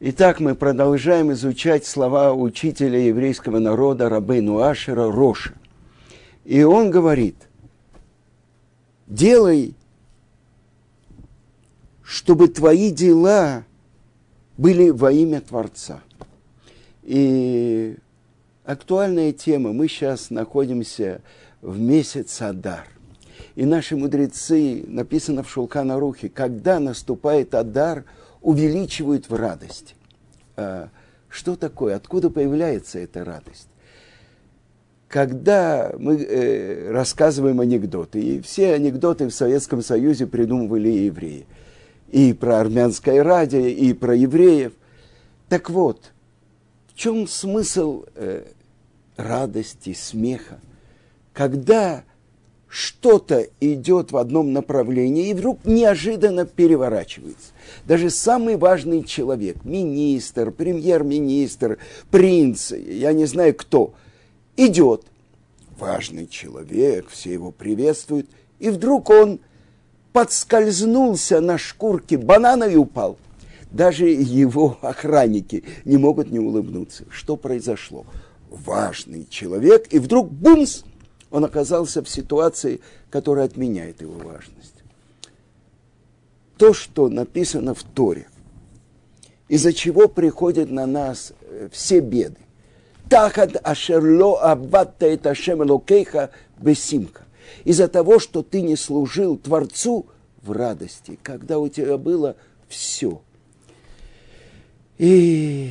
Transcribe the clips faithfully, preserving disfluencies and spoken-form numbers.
Итак, мы продолжаем изучать слова учителя еврейского народа Рабейну Ашера Роша. И он говорит: делай, чтобы твои дела были во имя Творца. И актуальная тема. Мы сейчас находимся в месяц Адар. И наши мудрецы, написано в Шулхан Арухе, когда наступает Адар, увеличивают в радости. А что такое? Откуда появляется эта радость? Когда мы э, рассказываем анекдоты, и все анекдоты в Советском Союзе придумывали евреи, и про армянское радио, и про евреев. Так вот, в чем смысл э, радости, смеха? Когда что-то идет в одном направлении, и вдруг неожиданно переворачивается. Даже самый важный человек, министр, премьер-министр, принц, я не знаю кто, идет, важный человек, все его приветствуют, и вдруг он подскользнулся на шкурке банана и упал. Даже его охранники не могут не улыбнуться. Что произошло? Важный человек, и вдруг бумс! Он оказался в ситуации, которая отменяет его важность. То, что написано в Торе, из-за чего приходят на нас все беды. Тахат ашерло аббатта эт ашем элокейха бесимха. Из-за того, что ты не служил Творцу в радости, когда у тебя было все. И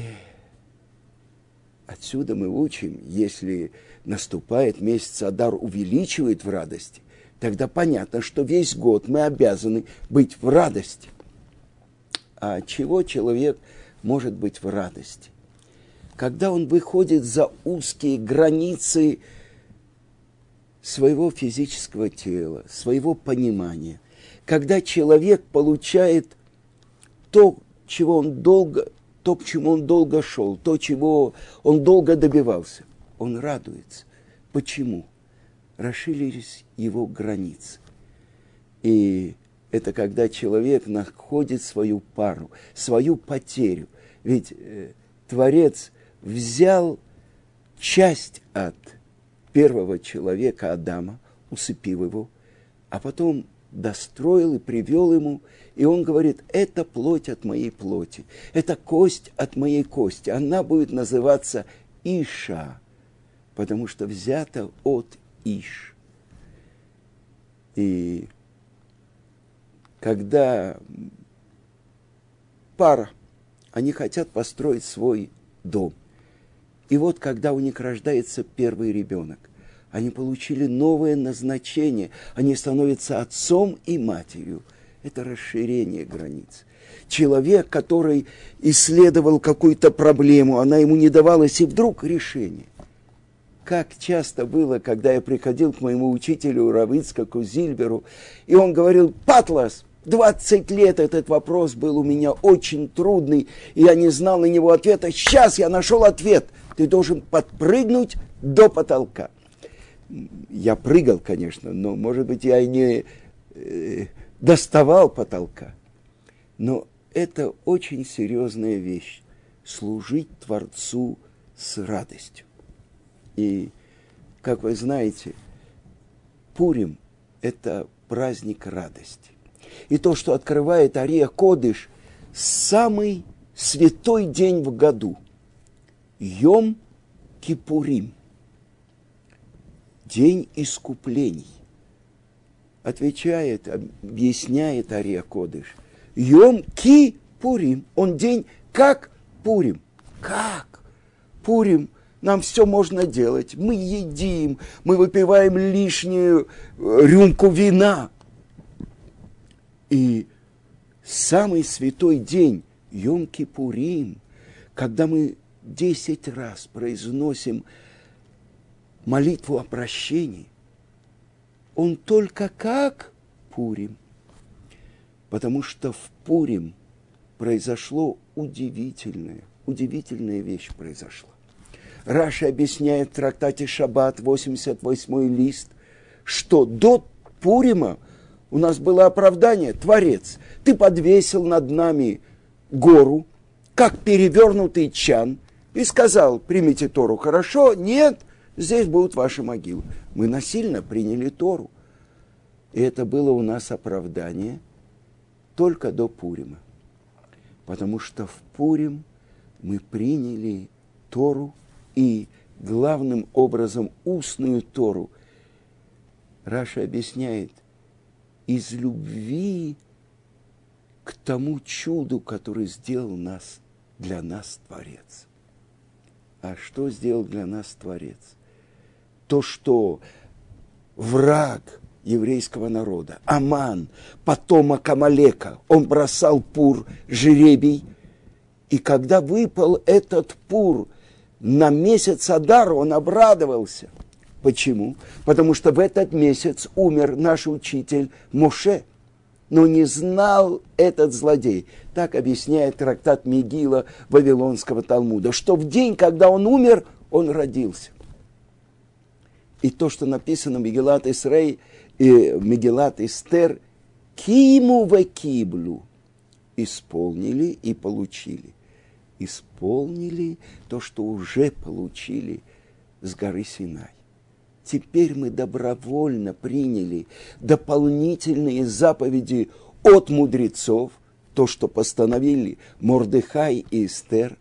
отсюда мы учим, если наступает месяц Адар, увеличивает в радости, тогда понятно, что весь год мы обязаны быть в радости. А от чего человек может быть в радости? Когда он выходит за узкие границы своего физического тела, своего понимания, когда человек получает то, чего он долго, то, к чему он долго шел, то, чего он долго добивался, он радуется. Почему? Расширились его границы. И это когда человек находит свою пару, свою потерю. Ведь э, Творец взял часть от первого человека, Адама, усыпив его, а потом достроил и привел ему, и он говорит: это плоть от моей плоти, это кость от моей кости, она будет называться Иша, потому что взято от Иш. И когда пара, они хотят построить свой дом, и вот когда у них рождается первый ребенок, они получили новое назначение, они становятся отцом и матерью. Это расширение границ. Человек, который исследовал какую-то проблему, она ему не давалась, и вдруг решение. Как часто было, когда я приходил к моему учителю Рав Ицхаку Зильберу, и он говорил: «Патлас, двадцать лет этот вопрос был у меня очень трудный, и я не знал на него ответа. Сейчас я нашел ответ. Ты должен подпрыгнуть до потолка». Я прыгал, конечно, но, может быть, я и не э, доставал потолка. Но это очень серьезная вещь – служить Творцу с радостью. И, как вы знаете, Пурим – это праздник радости. И то, что открывает Ария Кодыш – самый святой день в году – Йом Кипурим. День искуплений. Отвечает, объясняет Ария Кодыш. Йом Ки Пурим. Он день как Пурим. Как? Пурим. Нам все можно делать. Мы едим, мы выпиваем лишнюю рюмку вина. И самый святой день Йом Кипурим, когда мы десять раз произносим молитву о прощении, он только как Пурим. Потому что в Пурим произошло удивительное, удивительная вещь произошла. Раши объясняет в трактате Шаббат, восемьдесят восьмой лист, что до Пурима у нас было оправдание. Творец, ты подвесил над нами гору, как перевернутый чан, и сказал: примите Тору, хорошо, нет, здесь будут ваши могилы. Мы насильно приняли Тору. И это было у нас оправдание только до Пурима. Потому что в Пурим мы приняли Тору, и главным образом устную Тору. Раша объясняет, из любви к тому чуду, который сделал нас, для нас Творец. А что сделал для нас Творец? То, что враг еврейского народа, Аман, потомок Амалека, он бросал пур, жребий, и когда выпал этот пур на месяц Адар, он обрадовался. Почему? Потому что в этот месяц умер наш учитель Моше, но не знал этот злодей. Так объясняет трактат Мегила Вавилонского Талмуда, что в день, когда он умер, он родился. И то, что написано в Мегилат Исрей, и Мегилат Эстер, киму ве киблю, исполнили и получили. Исполнили то, что уже получили с горы Синай. Теперь мы добровольно приняли дополнительные заповеди от мудрецов, то, что постановили Мордехай и Эстер.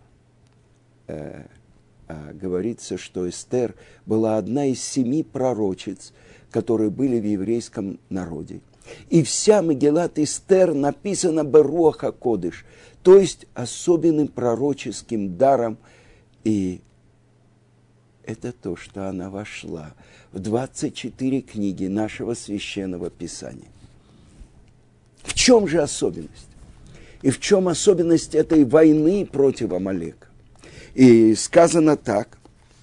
Э, а говорится, что Эстер была одна из семи пророчиц, которые были в еврейском народе. И вся Мегилат Эстер написана Беруах ха-Кодеш, то есть особенным пророческим даром. И это то, что она вошла в двадцать четыре книги нашего Священного Писания. В чем же особенность? И в чем особенность этой войны против Амалека? И сказано так,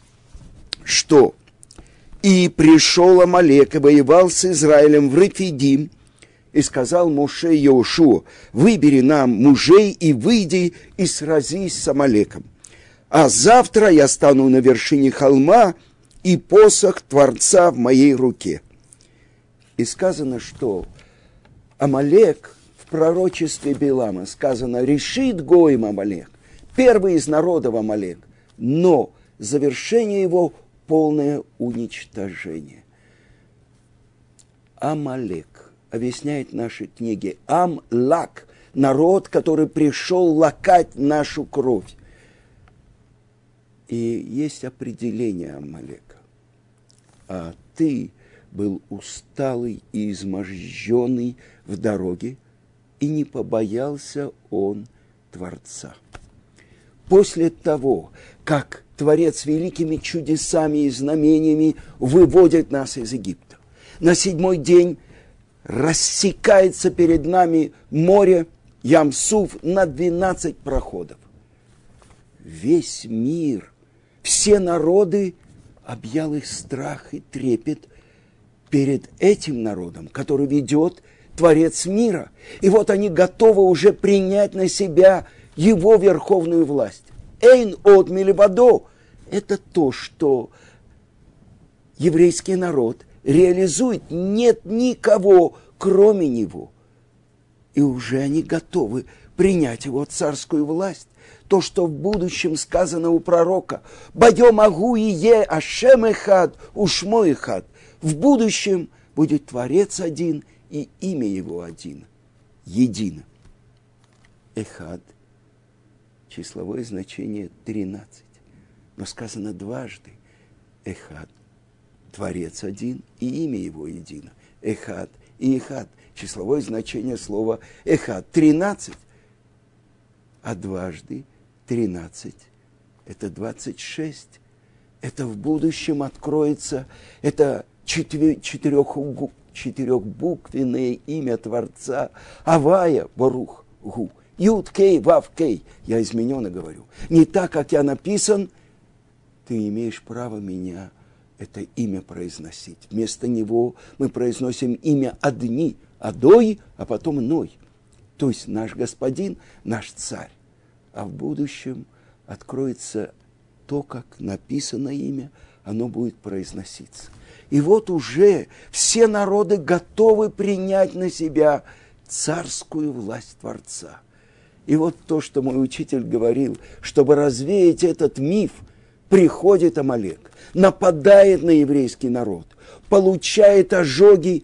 что «И пришел Амалек и воевал с Израилем в Рефидим, и сказал Моше Йошуа: выбери нам мужей и выйди и сразись с Амалеком. А завтра я стану на вершине холма, и посох Творца в моей руке». И сказано, что Амалек в пророчестве Билама сказано: решит Гоим Амалек, первый из народов Амалек, но завершение его полное уничтожение. Амалек, объясняет наши книги, Ам-Лак, народ, который пришел лакать нашу кровь. И есть определение Амалека. А ты был усталый и изможденный в дороге, и не побоялся он Творца. После того, как Творец великими чудесами и знамениями выводит нас из Египта, на седьмой день рассекается перед нами море Ям-Суф на двенадцать проходов. Весь мир, все народы объял их страх и трепет перед этим народом, который ведет Творец мира. И вот они готовы уже принять на себя его верховную власть. Эйн от милибадо – это то, что еврейский народ реализует. Нет никого, кроме него. И уже они готовы принять его царскую власть. То, что в будущем сказано у пророка: «Бадем агу и е ашем эхад, ушмо эхад». В будущем будет Творец один и имя его один, едино. Эхад, числовое значение тринадцать. Но сказано дважды: Эхад, Творец один и имя его едино. Эхад и Эхад, числовое значение слова Эхад, тринадцать. А дважды тринадцать – это двадцать шесть. Это в будущем откроется, это четырех, четырехбуквенное имя Творца. Авая Барух Гу. Юд Кей Вав Кей. Я измененно говорю. Не так, как я написан, ты имеешь право меня это имя произносить. Вместо него мы произносим имя Адни, Адой, а потом Ной. То есть наш господин, наш царь. А в будущем откроется то, как написано имя, оно будет произноситься. И вот уже все народы готовы принять на себя царскую власть Творца. И вот то, что мой учитель говорил, чтобы развеять этот миф, приходит Амалек, нападает на еврейский народ, получает ожоги,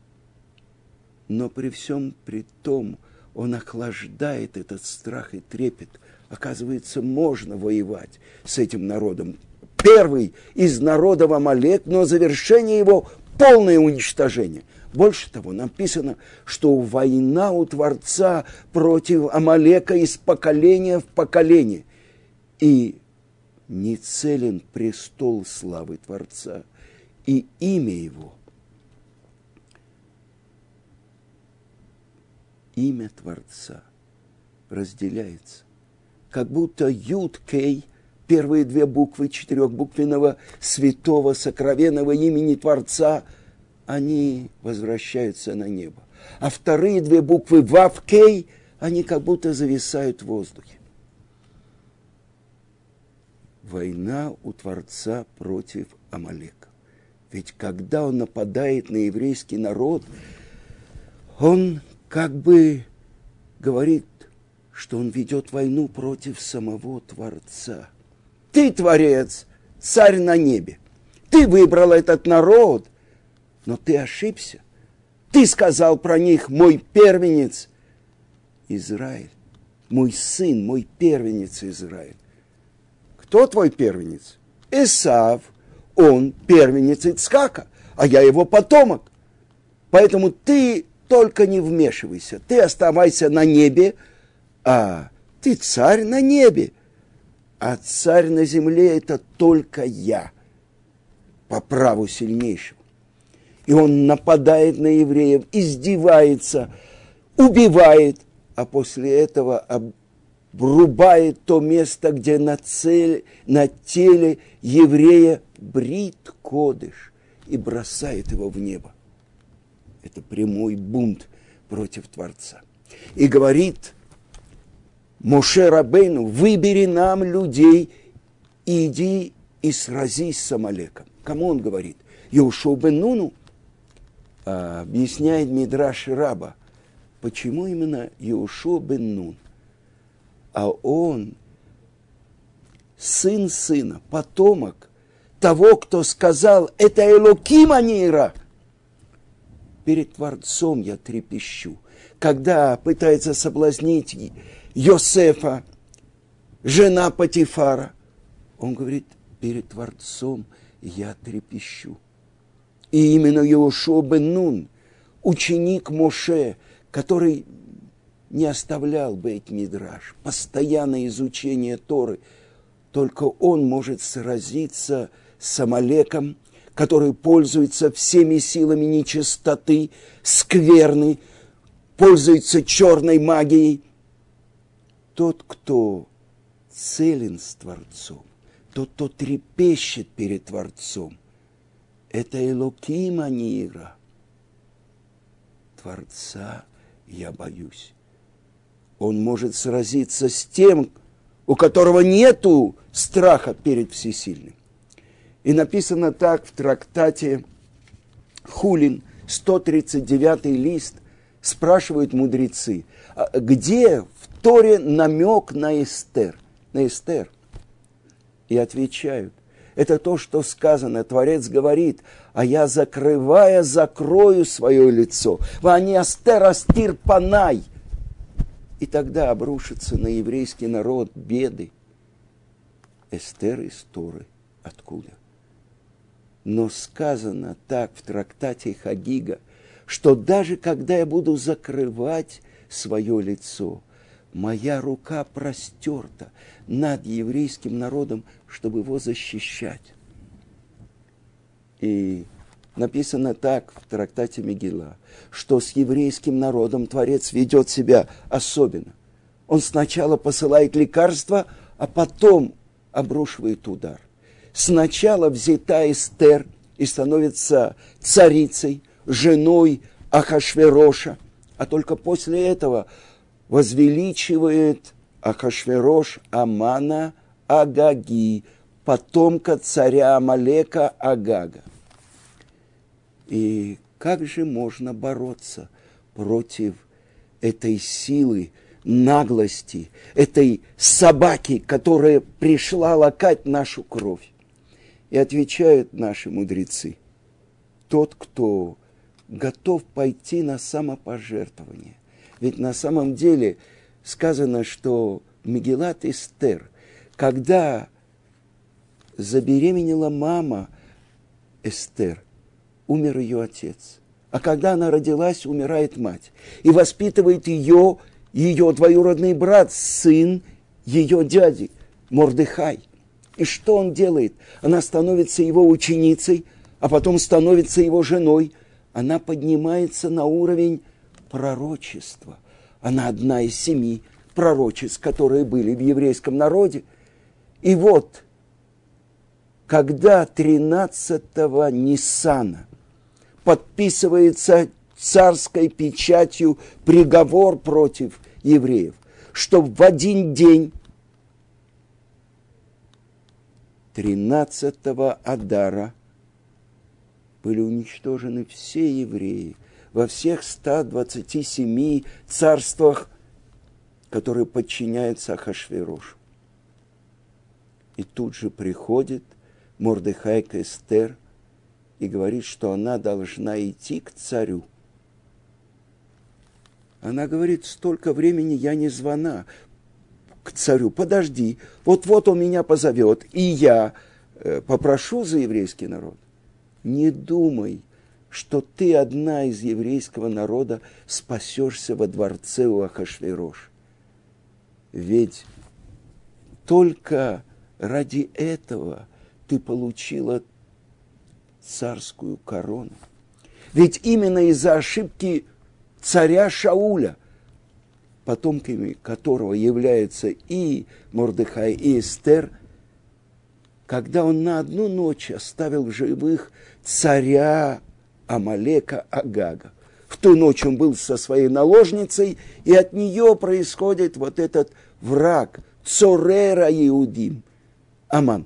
но при всем при том он охлаждает этот страх и трепет. Оказывается, можно воевать с этим народом. Первый из народов Амалек, но завершение его – полное уничтожение. Больше того, написано, что война у Творца против Амалека из поколения в поколение. И не целен престол славы Творца, и имя его. Имя Творца разделяется. Как будто Юд-Кей, первые две буквы четырехбуквенного святого сокровенного имени Творца, они возвращаются на небо. А вторые две буквы Вав-Кей, они как будто зависают в воздухе. Война у Творца против Амалека. Ведь когда он нападает на еврейский народ, он как бы говорит, что он ведет войну против самого Творца. Ты, Творец, царь на небе. Ты выбрал этот народ, но ты ошибся. Ты сказал про них: мой первенец Израиль, мой сын, мой первенец Израиль. Кто твой первенец? Исав, он первенец Ицхака, а я его потомок. Поэтому ты только не вмешивайся, ты оставайся на небе, а ты царь на небе, а царь на земле – это только я, по праву сильнейшего. И он нападает на евреев, издевается, убивает, а после этого обрубает то место, где на, цель, на теле еврея брит кодыш, и бросает его в небо. Это прямой бунт против Творца. И говорит Моше Рабейну: выбери нам людей, иди и сразись с Амалеком. Кому он говорит? Йошуа бен Нуну. А, объясняет Мидраш Раба, почему именно Йошуа бен Нун. А он сын сына, потомок того, кто сказал: это Элоким, а не Ира. Перед Творцом я трепещу. Когда пытается соблазнить Йосефа, жена Потифара, он говорит: перед Творцом я трепещу. И именно Йошуа бен Нун, ученик Моше, который не оставлял бейт-мидраш, постоянное изучение Торы, только он может сразиться с Амалеком, который пользуется всеми силами нечистоты, скверны, пользуется черной магией. Тот, кто целен с Творцом, тот, кто трепещет перед Творцом, это Элоким, а не Ира. Творца я боюсь. Он может сразиться с тем, у которого нету страха перед Всесильным. И написано так в трактате Хулин, сто тридцать девятый лист, спрашивают мудрецы, где в Торе намек на Эстер, на Эстер? И отвечают: это то, что сказано. Творец говорит: а я, закрывая, закрою свое лицо. Вани Астер астир панай. И тогда обрушится на еврейский народ беды. Эстер из Торы. Откуда? Но сказано так в трактате Хагига, что даже когда я буду закрывать свое лицо, моя рука простерта над еврейским народом, чтобы его защищать. И написано так в трактате Мегилла, что с еврейским народом Творец ведет себя особенно. Он сначала посылает лекарства, а потом обрушивает удар. Сначала взята Эстер и становится царицей, женой Ахашвероша, а только после этого возвеличивает Ахашверош Амана Агаги, потомка царя Амалека Агага. И как же можно бороться против этой силы наглости, этой собаки, которая пришла лакать нашу кровь. И отвечают наши мудрецы: тот, кто готов пойти на самопожертвование. Ведь на самом деле сказано, что Мегилат Эстер, когда забеременела мама Эстер, умер ее отец. А когда она родилась, умирает мать. И воспитывает ее, ее двоюродный брат, сын ее дяди, Мордехай. И что он делает? Она становится его ученицей, а потом становится его женой. Она поднимается на уровень пророчества. Она одна из семи пророчеств, которые были в еврейском народе. И вот, когда тринадцатого Ниссана подписывается царской печатью приговор против евреев, что в один день тринадцатого Адара были уничтожены все евреи во всех ста двадцати семи царствах, которые подчиняются Ахашверошу. И тут же приходит Мордехай к Эстер и говорит, что она должна идти к царю. Она говорит: столько времени я не звана к царю, подожди, вот-вот он меня позовет, и я э, попрошу за еврейский народ. Не думай, что ты одна из еврейского народа спасешься во дворце у Ахашверош. Ведь только ради этого ты получила царскую корону. Ведь именно из-за ошибки царя Шауля, потомками которого являются и Мордехай, и Эстер, когда он на одну ночь оставил в живых царя Амалека Агага. В ту ночь он был со своей наложницей, и от нее происходит вот этот враг, Цорера Иудим, Аман.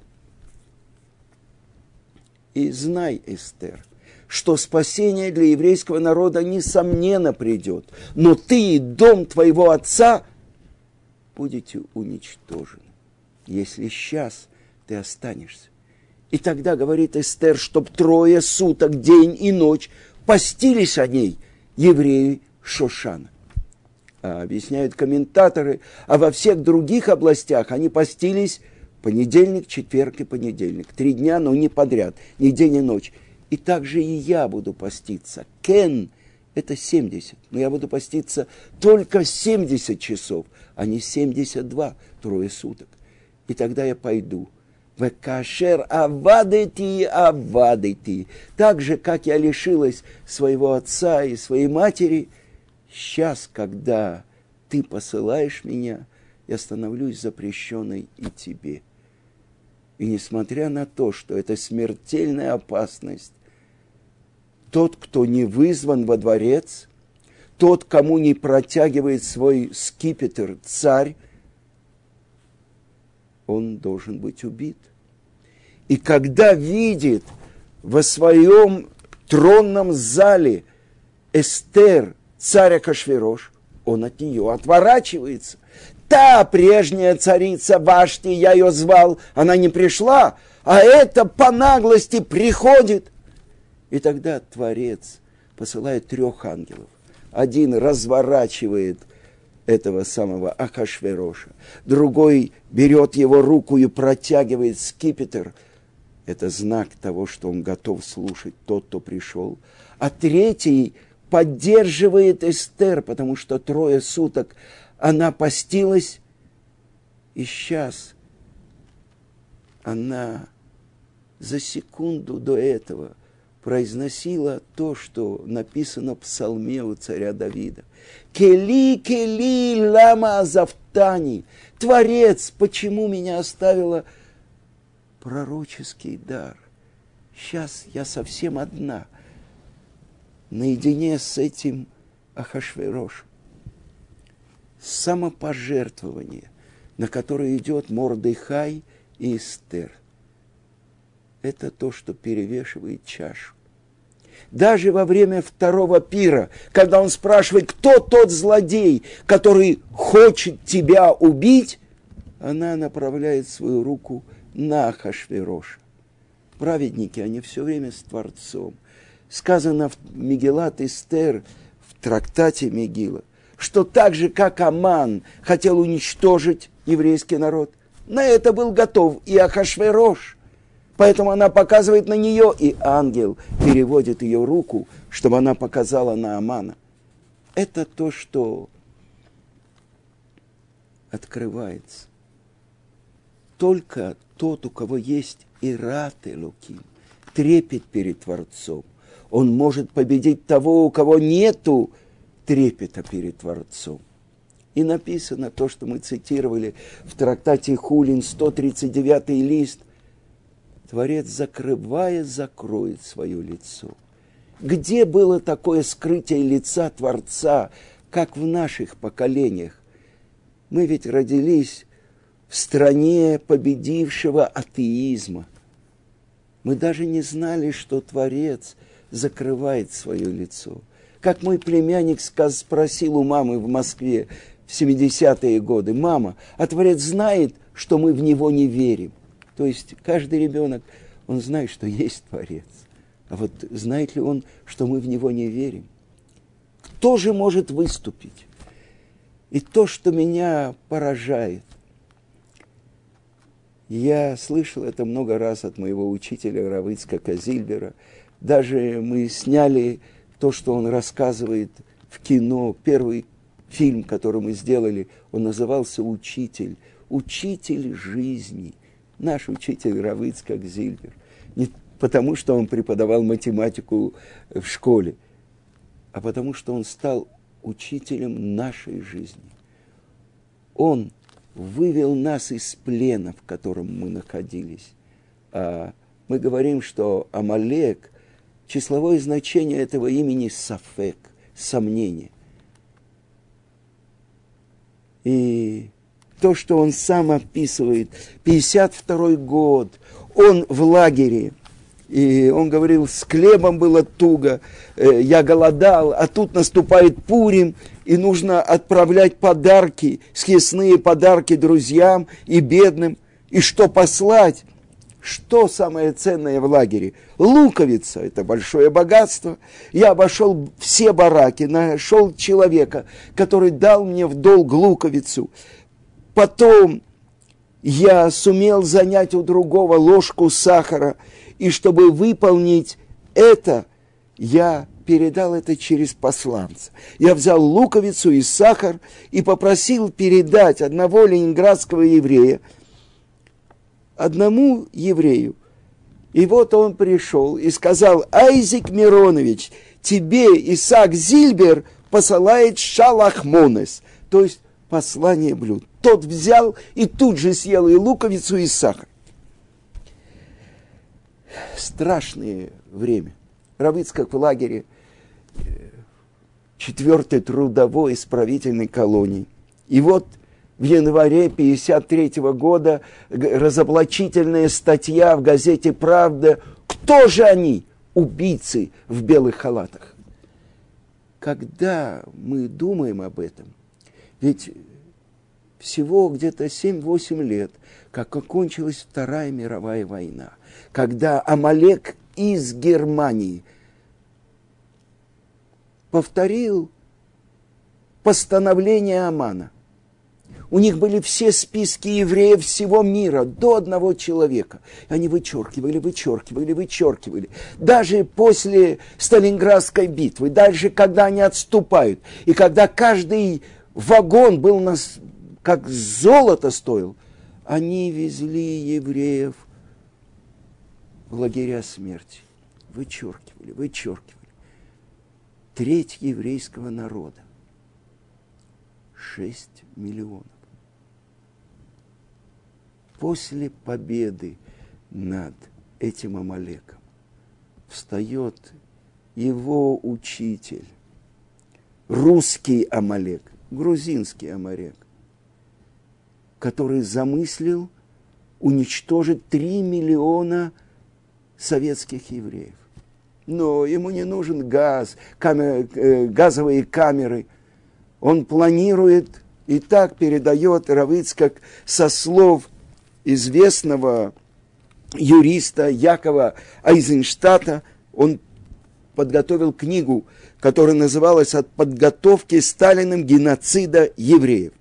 И знай, Эстер, что спасение для еврейского народа несомненно придет, но ты и дом твоего отца будете уничтожены, если сейчас ты останешься. И тогда говорит Эстер, чтоб трое суток, день и ночь, постились о ней евреи Шошана. А объясняют комментаторы, а во всех других областях они постились понедельник, четверг и понедельник. Три дня, но не подряд, ни день и ночь. И также и я буду поститься. Кен – это семьдесят. Но я буду поститься только семьдесят часов, а не семьдесят два, трое суток. И тогда я пойду. Векашер авадети авадети. Так же, как я лишилась своего отца и своей матери, сейчас, когда ты посылаешь меня, я становлюсь запрещенной и тебе. И несмотря на то, что это смертельная опасность, тот, кто не вызван во дворец, тот, кому не протягивает свой скипетр царь, он должен быть убит. И когда видит во своем тронном зале Эстер, царь Ахашверош, он от нее отворачивается. Та прежняя царица Вашти, я ее звал, она не пришла, а эта по наглости приходит. И тогда Творец посылает трех ангелов. Один разворачивает этого самого Ахашвероша, другой берет его руку и протягивает скипетр. Это знак того, что он готов слушать тот, кто пришел. А третий поддерживает Эстер, потому что трое суток она постилась, и сейчас она за секунду до этого произносила то, что написано в псалме у царя Давида. «Кели, кели, лама азавтани». Творец, почему меня оставила пророческий дар? Сейчас я совсем одна, наедине с этим Ахашверошем. Самопожертвование, на которое идет Мордехай и Эстер, это то, что перевешивает чашу. Даже во время второго пира, когда он спрашивает, кто тот злодей, который хочет тебя убить, она направляет свою руку на Ахашвероша. Праведники, они все время с Творцом. Сказано в Мегилат Эстер, в трактате Мегила, что так же, как Аман хотел уничтожить еврейский народ, на это был готов и Ахашверош. Поэтому она показывает на нее, и ангел переводит ее руку, чтобы она показала на Амана. Это то, что открывается. Только тот, у кого есть ират элоким, трепет перед Творцом, он может победить того, у кого нету трепета перед Творцом. И написано то, что мы цитировали в трактате Хулин, сто тридцать девятый лист. Творец, закрывая, закроет свое лицо. Где было такое скрытие лица Творца, как в наших поколениях? Мы ведь родились в стране победившего атеизма. Мы даже не знали, что Творец закрывает свое лицо. Как мой племянник спросил у мамы в Москве в семидесятые годы: «Мама, а Творец знает, что мы в Него не верим?» То есть каждый ребенок, он знает, что есть Творец. А вот знает ли он, что мы в Него не верим? Кто же может выступить? И то, что меня поражает, я слышал это много раз от моего учителя Рава Ицхака Зильбера. Даже мы сняли то, что он рассказывает в кино. Первый фильм, который мы сделали, он назывался «Учитель». Учитель жизни. Наш учитель Рав Ицхак Зильбер. Не потому, что он преподавал математику в школе, а потому, что он стал учителем нашей жизни. Он вывел нас из плена, в котором мы находились. А мы говорим, что Амалек, числовое значение этого имени Сафек, сомнение. И то, что он сам описывает, пятьдесят второй год, он в лагере, и он говорил, с хлебом было туго, я голодал, а тут наступает Пурим, и нужно отправлять подарки, съестные подарки друзьям и бедным. И что послать? Что самое ценное в лагере? Луковица, это большое богатство. Я обошел все бараки, нашел человека, который дал мне в долг луковицу. Потом я сумел занять у другого ложку сахара, и чтобы выполнить это, я передал это через посланца. Я взял луковицу и сахар и попросил передать одного ленинградского еврея одному еврею. И вот он пришел и сказал: «Айзек Миронович, тебе Исаак Зильбер посылает шалахмонес», то есть послание блюд. Тот взял и тут же съел и луковицу, и сахар. Страшное время. Рав Ицхак в лагере четвертой трудовой исправительной колонии. И вот в январе пятьдесят третьего года разоблачительная статья в газете «Правда». Кто же они? Убийцы в белых халатах. Когда мы думаем об этом, ведь всего где-то семь-восемь лет, как окончилась Вторая мировая война, когда Амалек из Германии повторил постановление Амана. У них были все списки евреев всего мира, до одного человека. И они вычеркивали, вычеркивали, вычеркивали. Даже после Сталинградской битвы, даже когда они отступают, и когда каждый вагон был, на, как золото стоил, они везли евреев в лагеря смерти. Вычеркивали, вычеркивали. Треть еврейского народа. Шесть миллионов. После победы над этим Амалеком встает его учитель, русский Амалек, грузинский Амалек, который замыслил уничтожить три миллиона советских евреев. Но ему не нужен газ, камер, э, газовые камеры. Он планирует и так передает Рав Ицхак со слов известного юриста Якова Айзенштадта. Он подготовил книгу, которая называлась «От подготовки Сталиным геноцида евреев».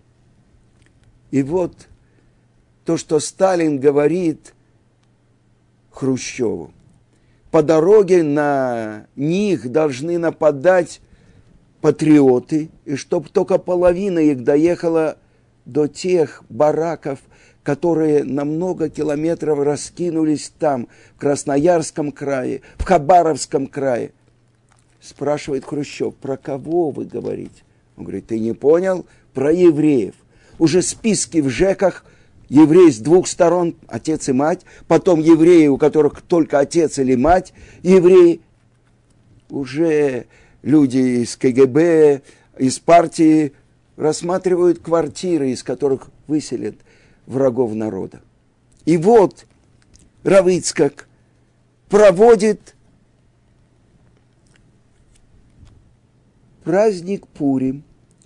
И вот то, что Сталин говорит Хрущеву. По дороге на них должны нападать патриоты, и чтобы только половина их доехала до тех бараков, которые на много километров раскинулись там, в Красноярском крае, в Хабаровском крае. Спрашивает Хрущев, про кого вы говорите? Он говорит, ты не понял? Про евреев. Уже списки в ЖЭКах, евреи с двух сторон, отец и мать, потом евреи, у которых только отец или мать, евреи, уже люди из КГБ, из партии рассматривают квартиры, из которых выселят врагов народа. И вот Рав Ицхак проводит праздник Пурим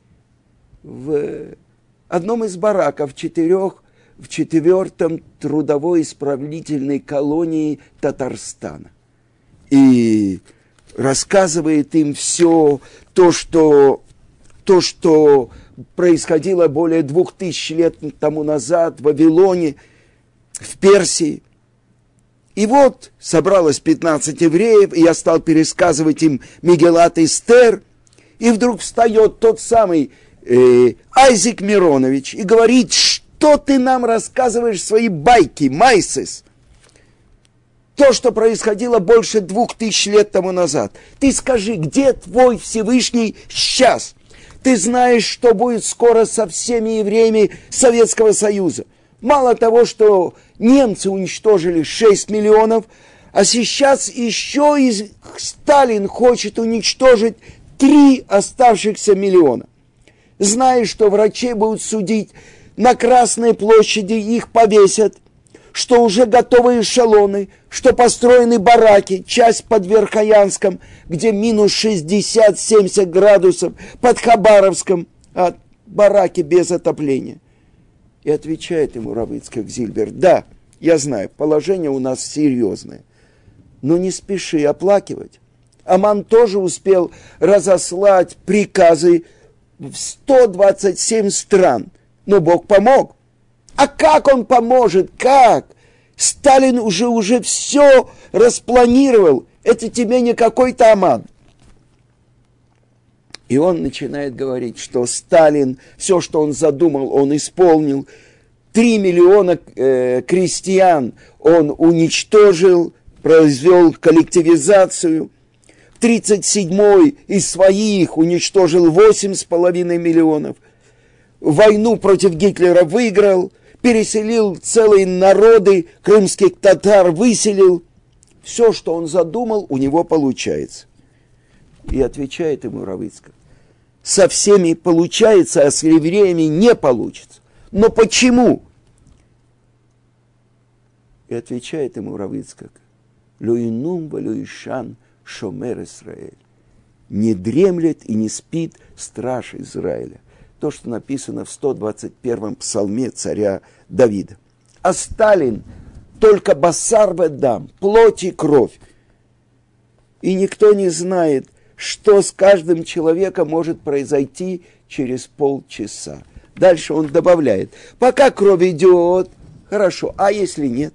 в одном из бараков четырех, в четвертом трудовой исправительной колонии Татарстана. И рассказывает им все то, что, то, что происходило более двух тысяч лет тому назад в Вавилоне, в Персии. И вот собралось пятнадцать евреев, и я стал пересказывать им Мегилат Эстер, и вдруг встает тот самый э, Айзек Миронович и говорит, что ты нам рассказываешь свои байки, майсес, то, что происходило больше двух тысяч лет тому назад. Ты скажи, где твой Всевышний сейчас? Ты знаешь, что будет скоро со всеми евреями Советского Союза. Мало того, что немцы уничтожили шесть миллионов, а сейчас еще и Сталин хочет уничтожить три оставшихся миллиона. Знаешь, что врачей будут судить на Красной площади, их повесят, что уже готовы эшелоны, что построены бараки, часть под Верхоянском, где минус шестьдесят-семьдесят градусов, под Хабаровском, а бараки без отопления. И отвечает ему Рав Ицхак Зильбер, да, я знаю, положение у нас серьезное, но не спеши оплакивать. Аман тоже успел разослать приказы в сто двадцать семь стран, но Бог помог. А как он поможет? Как? Сталин уже, уже все распланировал. Это тебе не какой-то Аман. И он начинает говорить, что Сталин, все, что он задумал, он исполнил. Три миллиона э, крестьян он уничтожил, произвел коллективизацию. тридцать седьмой из своих уничтожил восемь с половиной миллионов. Войну против Гитлера выиграл, переселил целые народы, крымских татар выселил. Все, что он задумал, у него получается. И отвечает ему Рав Ицхак, со всеми получается, а с евреями не получится. Но почему? И отвечает ему Рав Ицхак, «Луинум валюишан шомер Исраэль». Не дремлет и не спит страж Израиля. То, что написано в сто двадцать первом псалме царя Давида. А Сталин только басар ведам, плоть и кровь. И никто не знает, что с каждым человеком может произойти через полчаса. Дальше он добавляет, пока кровь идет, хорошо, а если нет?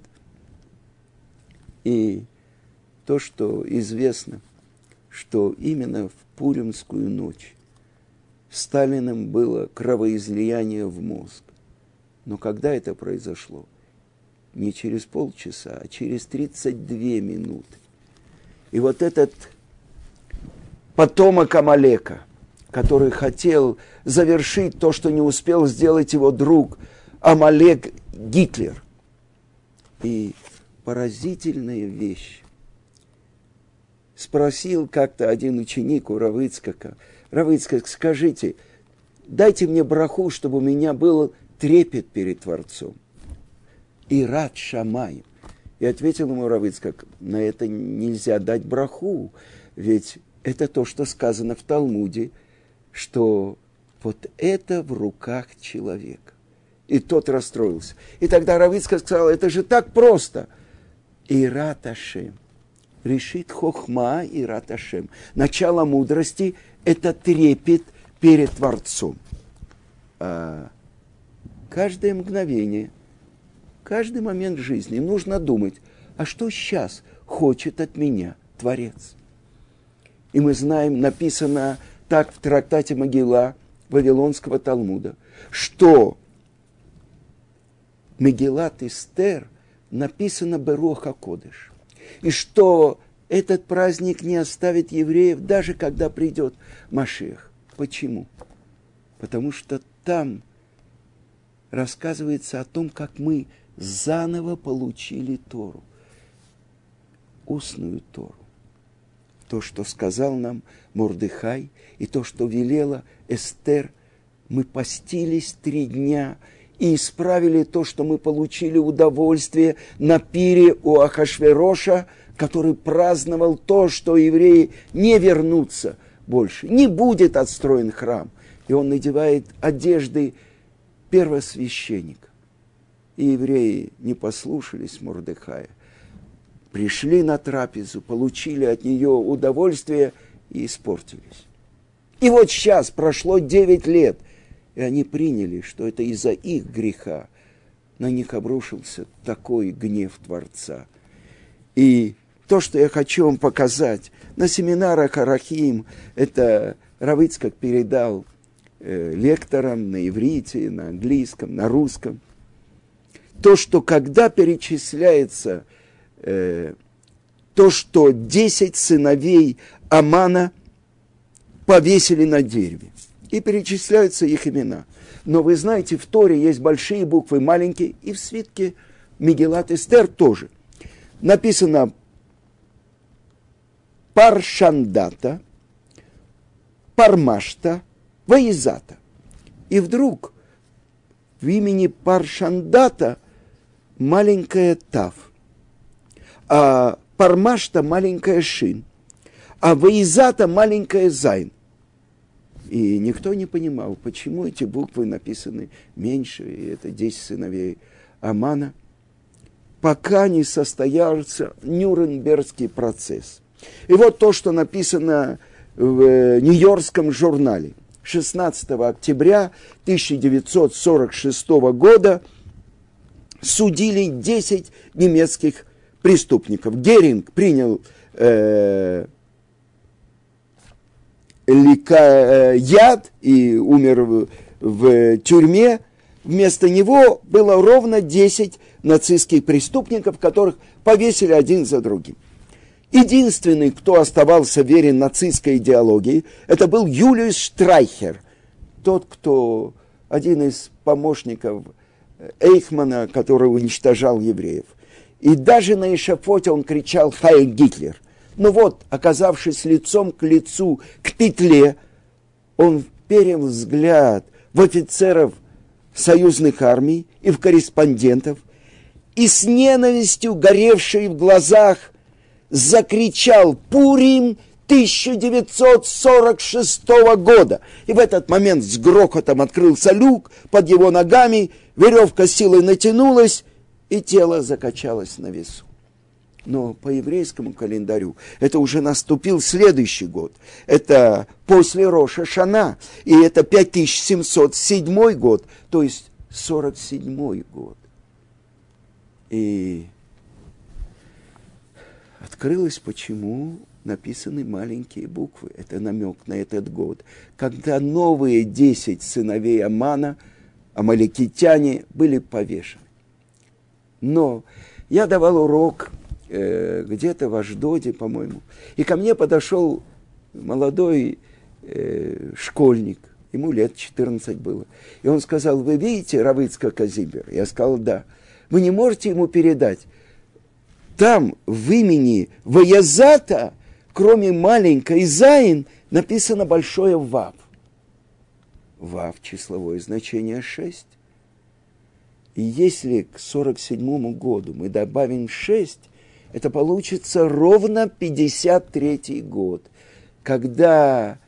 И то, что известно, что именно в Пуримскую ночь Сталиным было кровоизлияние в мозг. Но когда это произошло? Не через полчаса, а через тридцать две минуты. И вот этот потомок Амалека, который хотел завершить то, что не успел сделать его друг Амалек Гитлер. И поразительная вещь. Спросил как-то один ученик у Рав Ицхака, Рав Ицхак, скажите, дайте мне браху, чтобы у меня был трепет перед Творцом. И рад шамаем. И ответил ему Рав Ицхак: на это нельзя дать браху, ведь это то, что сказано в Талмуде, что вот это в руках человека. И тот расстроился. И тогда Рав Ицхак сказал: это же так просто. Ират Ашем. Решит хохма ират Ашем. Начало мудрости – это трепет перед Творцом. А каждое мгновение, каждый момент жизни нужно думать, а что сейчас хочет от меня Творец? И мы знаем, написано так в трактате Могила Вавилонского Талмуда, что Мегилат Эстер написано Беруах ха-Кодеш, и что этот праздник не оставит евреев, даже когда придет Машиах. Почему? Потому что там рассказывается о том, как мы заново получили Тору, устную Тору. То, что сказал нам Мордехай, и то, что велела Эстер, мы постились три дня и исправили то, что мы получили удовольствие на пире у Ахашвероша, который праздновал то, что евреи не вернутся больше, не будет отстроен храм. И он надевает одежды первосвященника. И евреи не послушались Мордехая, пришли на трапезу, получили от нее удовольствие и испортились. И вот сейчас прошло девять лет, и они приняли, что это из-за их греха на них обрушился такой гнев Творца. И то, что я хочу вам показать, на семинарах Арахим, это Рав Ицхак передал э, лекторам на иврите, на английском, на русском. То, что когда перечисляется э, то, что десять сыновей Амана повесили на дереве, и перечисляются их имена. Но вы знаете, в Торе есть большие буквы, маленькие, и в свитке Мегилат Эстер тоже. Написано Паршандата, Пармашта, Ваизата. И вдруг в имени Паршандата маленькая Тав, а Пармашта маленькая Шин, а Ваизата маленькая Зайн. И никто не понимал, почему эти буквы написаны меньше, и это десять сыновей Амана, пока не состоялся Нюрнбергский процесс. И вот то, что написано в Нью-Йоркском журнале. шестнадцатого октября тысяча девятьсот сорок шестого года судили десять немецких преступников. Геринг принял э, лика, э, яд и умер в, в тюрьме. Вместо него было ровно десять нацистских преступников, которых повесили один за другим. Единственный, кто оставался верен нацистской идеологии, это был Юлиус Штрайхер, тот, кто один из помощников Эйхмана, который уничтожал евреев. И даже на эшафоте он кричал «Хайль Гитлер». Но вот, оказавшись лицом к лицу к петле, он вперил взгляд в офицеров союзных армий и в корреспондентов, и с ненавистью, горевшей в глазах, закричал «Пурим тысяча девятьсот сорок шестого года». И в этот момент с грохотом открылся люк под его ногами, веревка силой натянулась, и тело закачалось на весу. Но по еврейскому календарю это уже наступил следующий год. Это после Рош ха-Шана, и это пять тысяч семьсот седьмой год, то есть сорок седьмой год. И открылось, почему написаны маленькие буквы. Это намек на этот год, когда новые десять сыновей Амана, амаликитяне, были повешены. Но я давал урок э, где-то в Ашдоде, по-моему, и ко мне подошел молодой э, школьник, ему лет четырнадцать было, и он сказал: вы видите Рав Ицхак Зильбер? Я сказал: да. Вы не можете ему передать? Там в имени Ваязата, кроме маленькой Зайн, написано большое Вав. Вав — числовое значение шесть. И если к сорок седьмому году мы добавим шесть, это получится ровно пятьдесят третий год, когда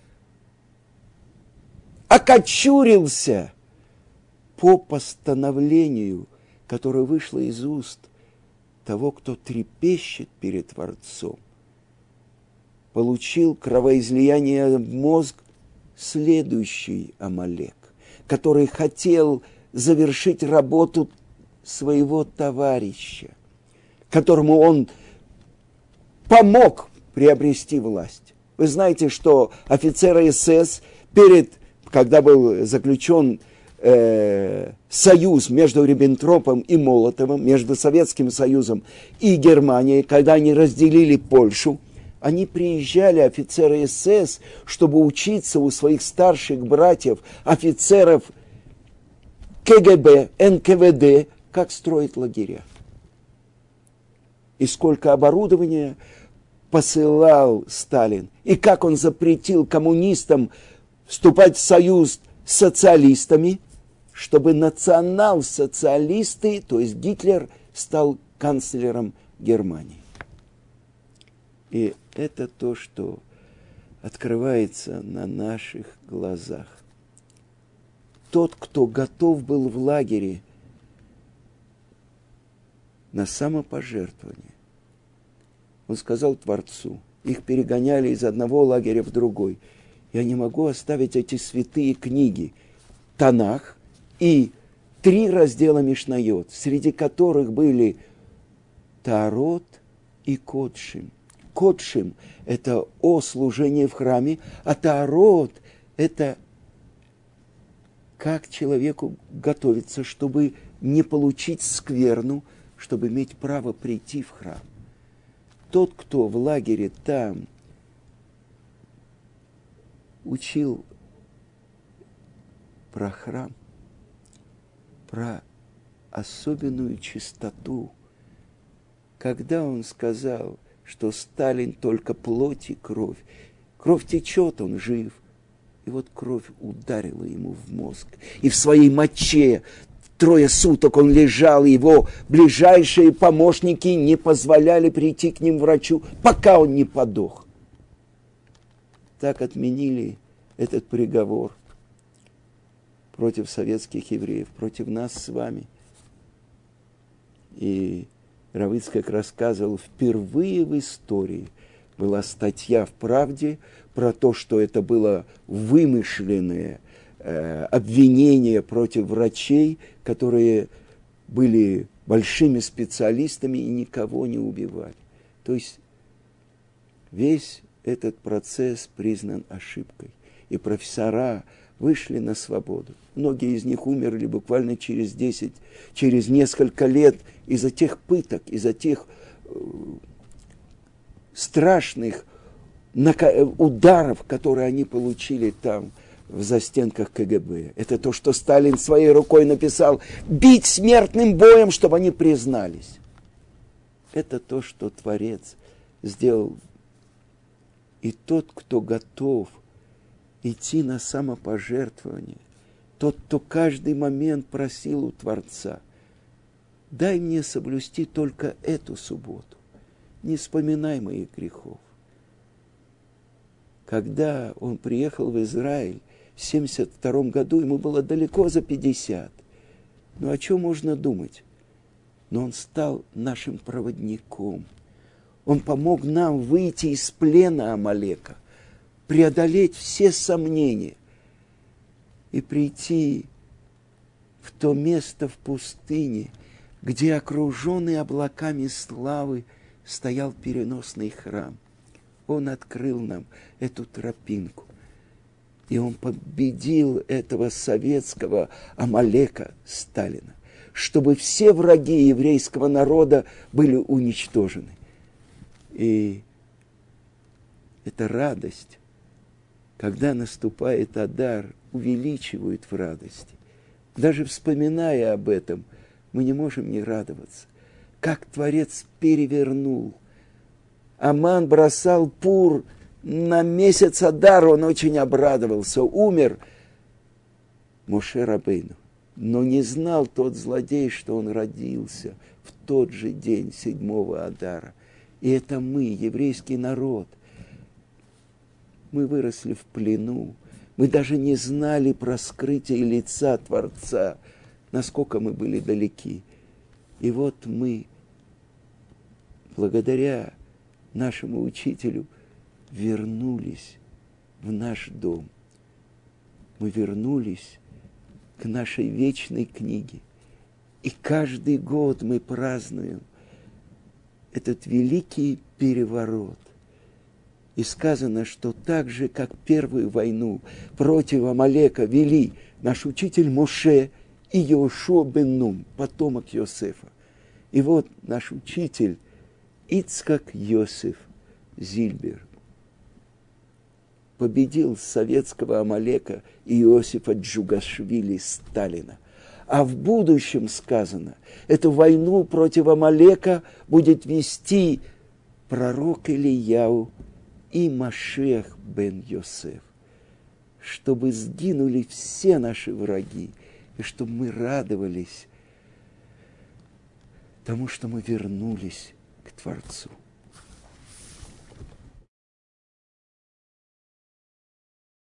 окочурился по постановлению, которое вышло из уст того, кто трепещет перед Творцом, получил кровоизлияние в мозг следующий Амалек, который хотел завершить работу своего товарища, которому он помог приобрести власть. Вы знаете, что офицеры СС, перед, когда был заключен э, союз между Риббентропом и Молотовым, между Советским Союзом и Германией, когда они разделили Польшу, они приезжали, офицеры СС, чтобы учиться у своих старших братьев, офицеров КГБ, эн ка вэ дэ, как строить лагеря. И сколько оборудования посылал Сталин, и как он запретил коммунистам вступать в союз с социалистами, чтобы национал-социалисты, то есть Гитлер, стал канцлером Германии. И это то, что открывается на наших глазах. Тот, кто готов был в лагере на самопожертвование, он сказал Творцу, их перегоняли из одного лагеря в другой. Я не могу оставить эти святые книги, Танах и три раздела Мишнайот, среди которых были Таарот и Кодшим. Кодшим – это о служении в храме, а Таарот – это как человеку готовиться, чтобы не получить скверну, чтобы иметь право прийти в храм. Тот, кто в лагере там учил про храм, про особенную чистоту, когда он сказал, что Сталин только плоть и кровь, кровь течет, он жив, и вот кровь ударила ему в мозг, и в своей моче трое суток он лежал, его ближайшие помощники не позволяли прийти к ним врачу, пока он не подох. Так отменили этот приговор против советских евреев, против нас с вами. И Рав Ицхак рассказывал, впервые в истории была статья в «Правде» про то, что это было вымышленное э, обвинение против врачей, которые были большими специалистами и никого не убивали. То есть весь этот процесс признан ошибкой. И профессора вышли на свободу. Многие из них умерли буквально через десять, через несколько лет из-за тех пыток, из-за тех э, страшных ударов, которые они получили там, в застенках ка гэ бэ. Это то, что Сталин своей рукой написал: бить смертным боем, чтобы они признались. Это то, что Творец сделал. И тот, кто готов идти на самопожертвование, тот, кто каждый момент просил у Творца: дай мне соблюсти только эту субботу, не вспоминай моих грехов. Когда он приехал в Израиль в семьдесят втором году, ему было далеко за пятьдесят. Ну о чем можно думать? Но он стал нашим проводником. Он помог нам выйти из плена Амалека, преодолеть все сомнения и прийти в то место в пустыне, где, окруженный облаками славы, стоял переносный храм. Он открыл нам эту тропинку. И он победил этого советского Амалека Сталина, чтобы все враги еврейского народа были уничтожены. И эта радость, когда наступает Адар, увеличивает в радости. Даже вспоминая об этом, мы не можем не радоваться. Как Творец перевернул. Аман бросал пур на месяц Адар, он очень обрадовался. Умер Моше Рабейну. Но не знал тот злодей, что он родился в тот же день седьмого Адара. И это мы, еврейский народ. Мы выросли в плену. Мы даже не знали про скрытие лица Творца, насколько мы были далеки. И вот мы, благодаря нашему учителю, вернулись в наш дом. Мы вернулись к нашей вечной книге. И каждый год мы празднуем этот великий переворот. И сказано, что так же, как первую войну против Амалека вели наш учитель Моше и Йошуа бен Нун, потомок Йосефа. И вот наш учитель Ицхак Йосеф Зильбер победил советского Амалека Иосифа Джугашвили Сталина. А в будущем сказано, эту войну против Амалека будет вести пророк Илияу и Машиах бен Йосеф, чтобы сгинули все наши враги, и чтобы мы радовались тому, что мы вернулись к Творцу.